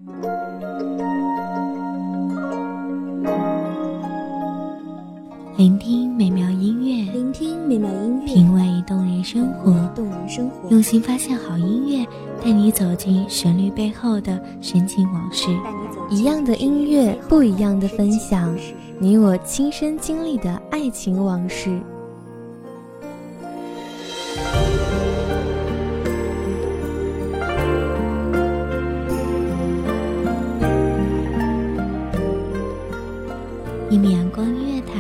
聆听美妙音乐，品味动人生活，用心发现好音乐，带你走进旋律背后的深情往事。 一样的音乐，不一样的分享，你我亲身经历的爱情往事。 一米阳光音乐台，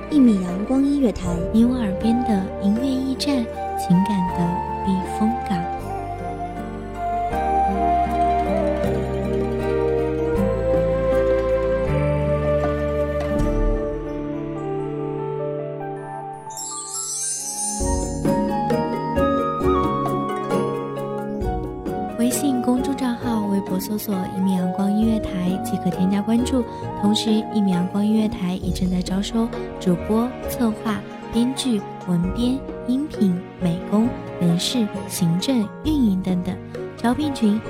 你我耳边的音乐驿站，情感的避风港。微信公众账号、微博搜索一米阳光音乐台即可添加关注。同时，一米阳光音乐台已正在招收主播、策划、编剧、文编、音频、美工、人事、行政、运营等等。招聘群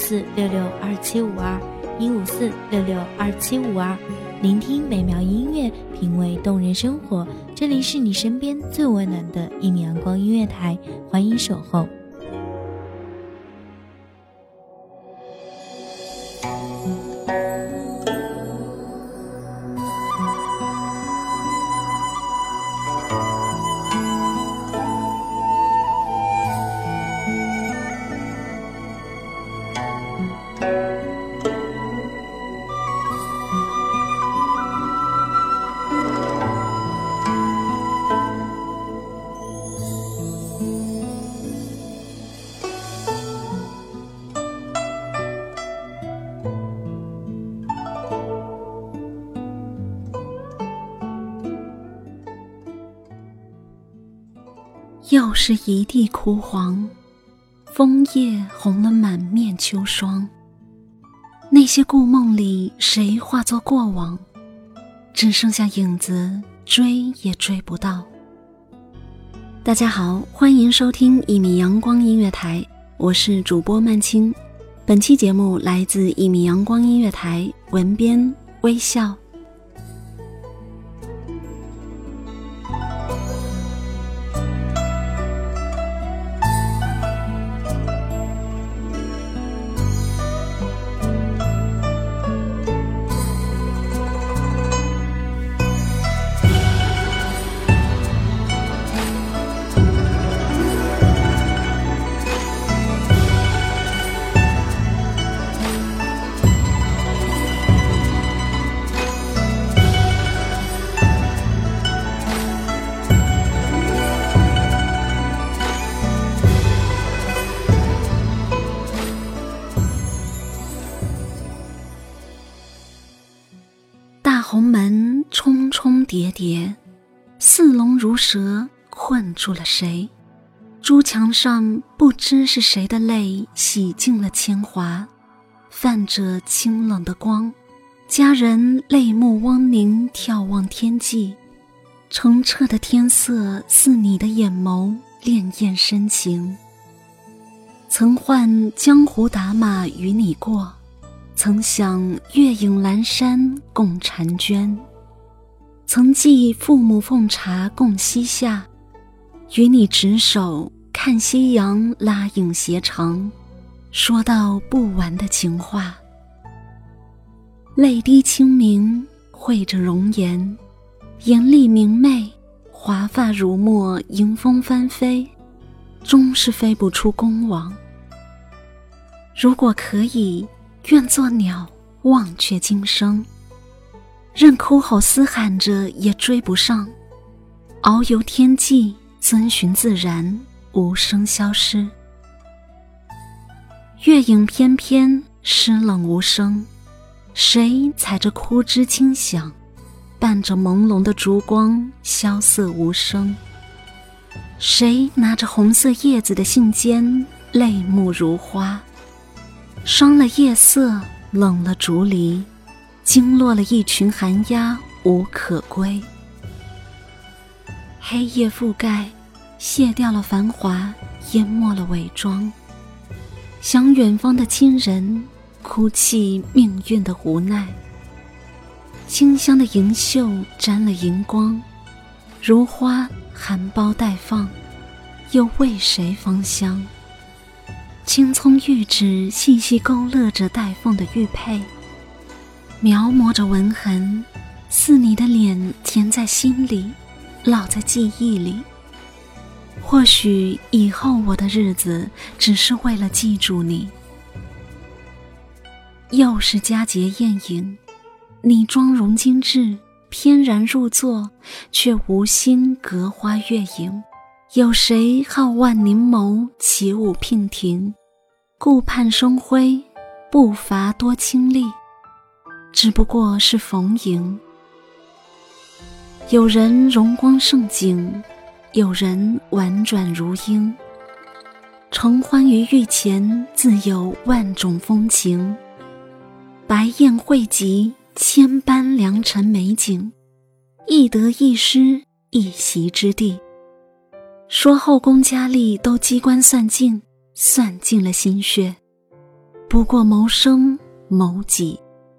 154662752，154662752。聆听美妙音乐，品味动人生活。这里是你身边最温暖的一米阳光音乐台，欢迎守候。 又是一地枯黄，枫叶红了满面秋霜。那些故梦里，谁化作过往？只剩下影子，追也追不到。大家好，欢迎收听一米阳光音乐台，我是主播曼青。本期节目来自一米阳光音乐台，文编微笑。红门重重叠叠，似龙如蛇，困住了谁？朱墙上不知是谁的泪洗净了铅华，泛着清冷的光，佳人泪目汪凝，眺望天际。澄澈的天色似你的眼眸，潋滟深情。曾唤江湖打马与你过，曾想月影阑珊共婵娟，曾记父母奉茶共膝下，与你执手看夕阳拉影斜长，说到不完的情话。泪滴清明绘着容颜，眼里明媚，华发如墨迎风翻飞，终是飞不出宫网。如果可以，愿做鸟忘却今生，任哭吼嘶喊着也追不上，遨游天际，遵循自然，无声消失。月影翩翩，湿冷无声，谁踩着枯枝轻响，伴着朦胧的烛光，萧瑟无声。谁拿着红色叶子的信笺，泪目如花，霜了夜色，冷了竹篱，惊落了一群寒鸦，无可归。黑夜覆盖，卸掉了繁华，淹没了伪装。想远方的亲人， 哭泣命运的无奈。清香的银袖沾了银光，如花含苞待放，又为谁芳香？青葱玉指细细勾勒着带凤的玉佩，描摹着纹痕，似你的脸填在心里，烙在记忆里。或许以后我的日子只是为了记住你。又是佳节宴饮，你妆容精致，翩然入座，却无心隔花月影。有谁好万凝眸，起舞娉婷，顾盼生辉，不乏多清丽，只不过是逢迎。有人容光盛景，有人婉转如鹰，承欢于御前，自有万种风情。白宴汇集，千般良辰美景，一得一失，一席之地。说后宫佳丽都机关算尽，算尽了心血，不过谋生谋己。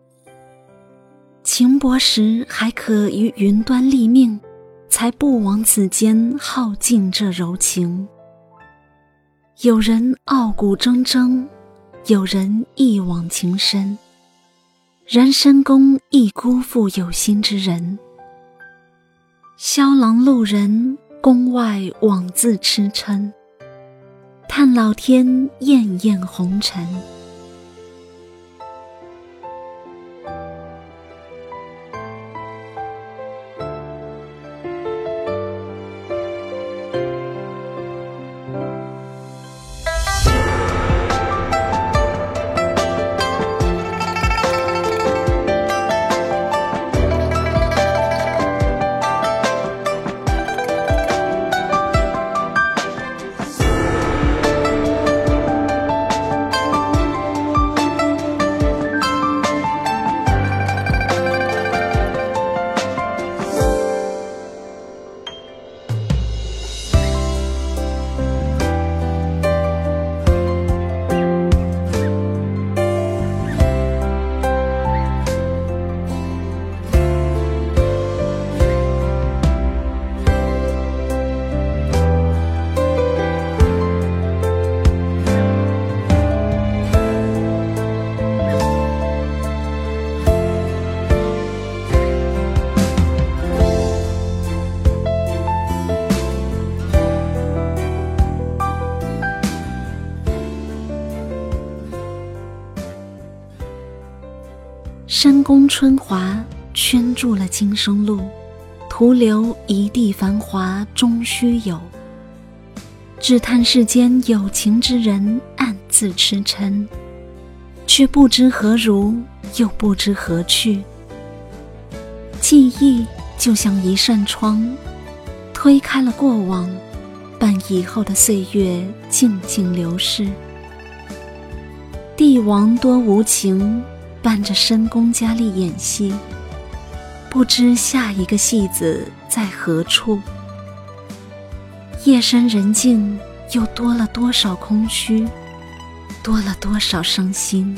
情薄时还可于云端立命，才不枉此间耗尽这柔情。有人傲骨铮铮，有人一往情深，然深宫亦辜负有心之人。萧郎路人，宫外枉自痴嗔，叹老天艳艳红尘。深宫春华圈住了今生路，徒留一地繁华终须有。只叹世间有情之人暗自痴嗔，却不知何如，又不知何去。记忆就像一扇窗，推开了过往，伴以后的岁月静静流逝。帝王多无情，伴着深宫佳丽演戏，不知下一个戏子在何处。夜深人静，又多了多少空虚，多了多少伤心。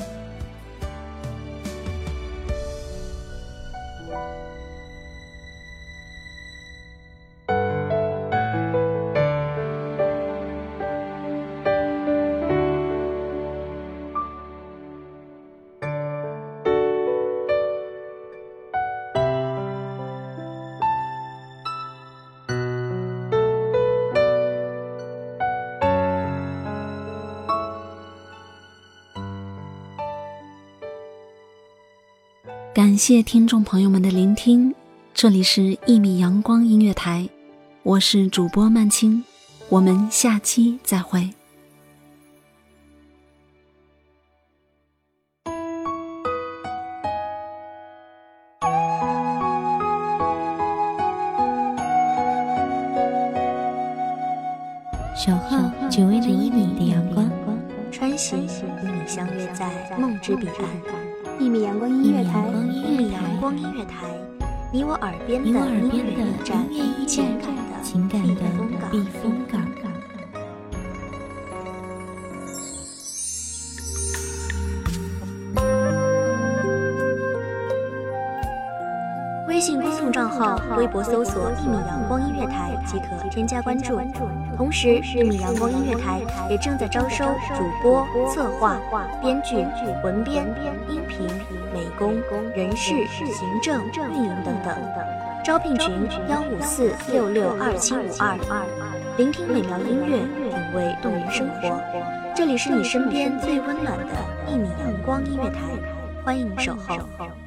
感谢听众朋友们的聆听，这里是1米阳光音乐台，我是主播曼青，我们下期再会。 守候只为那1米的阳光， 穿行与你相约在梦之彼岸。1米阳光音乐台，1米阳光音乐台，你我耳边的音乐驿站，情感的避风港。 信公众账号、微博搜索“一米阳光音乐台”即可添加关注。同时，一米阳光音乐台也正在招收主播、策划、编剧、文编、音频、美工、人事、行政、运营等等。招聘群154662752。聆听美妙音乐，品味动人生活。这里是你身边最温暖的一米阳光音乐台，欢迎守候。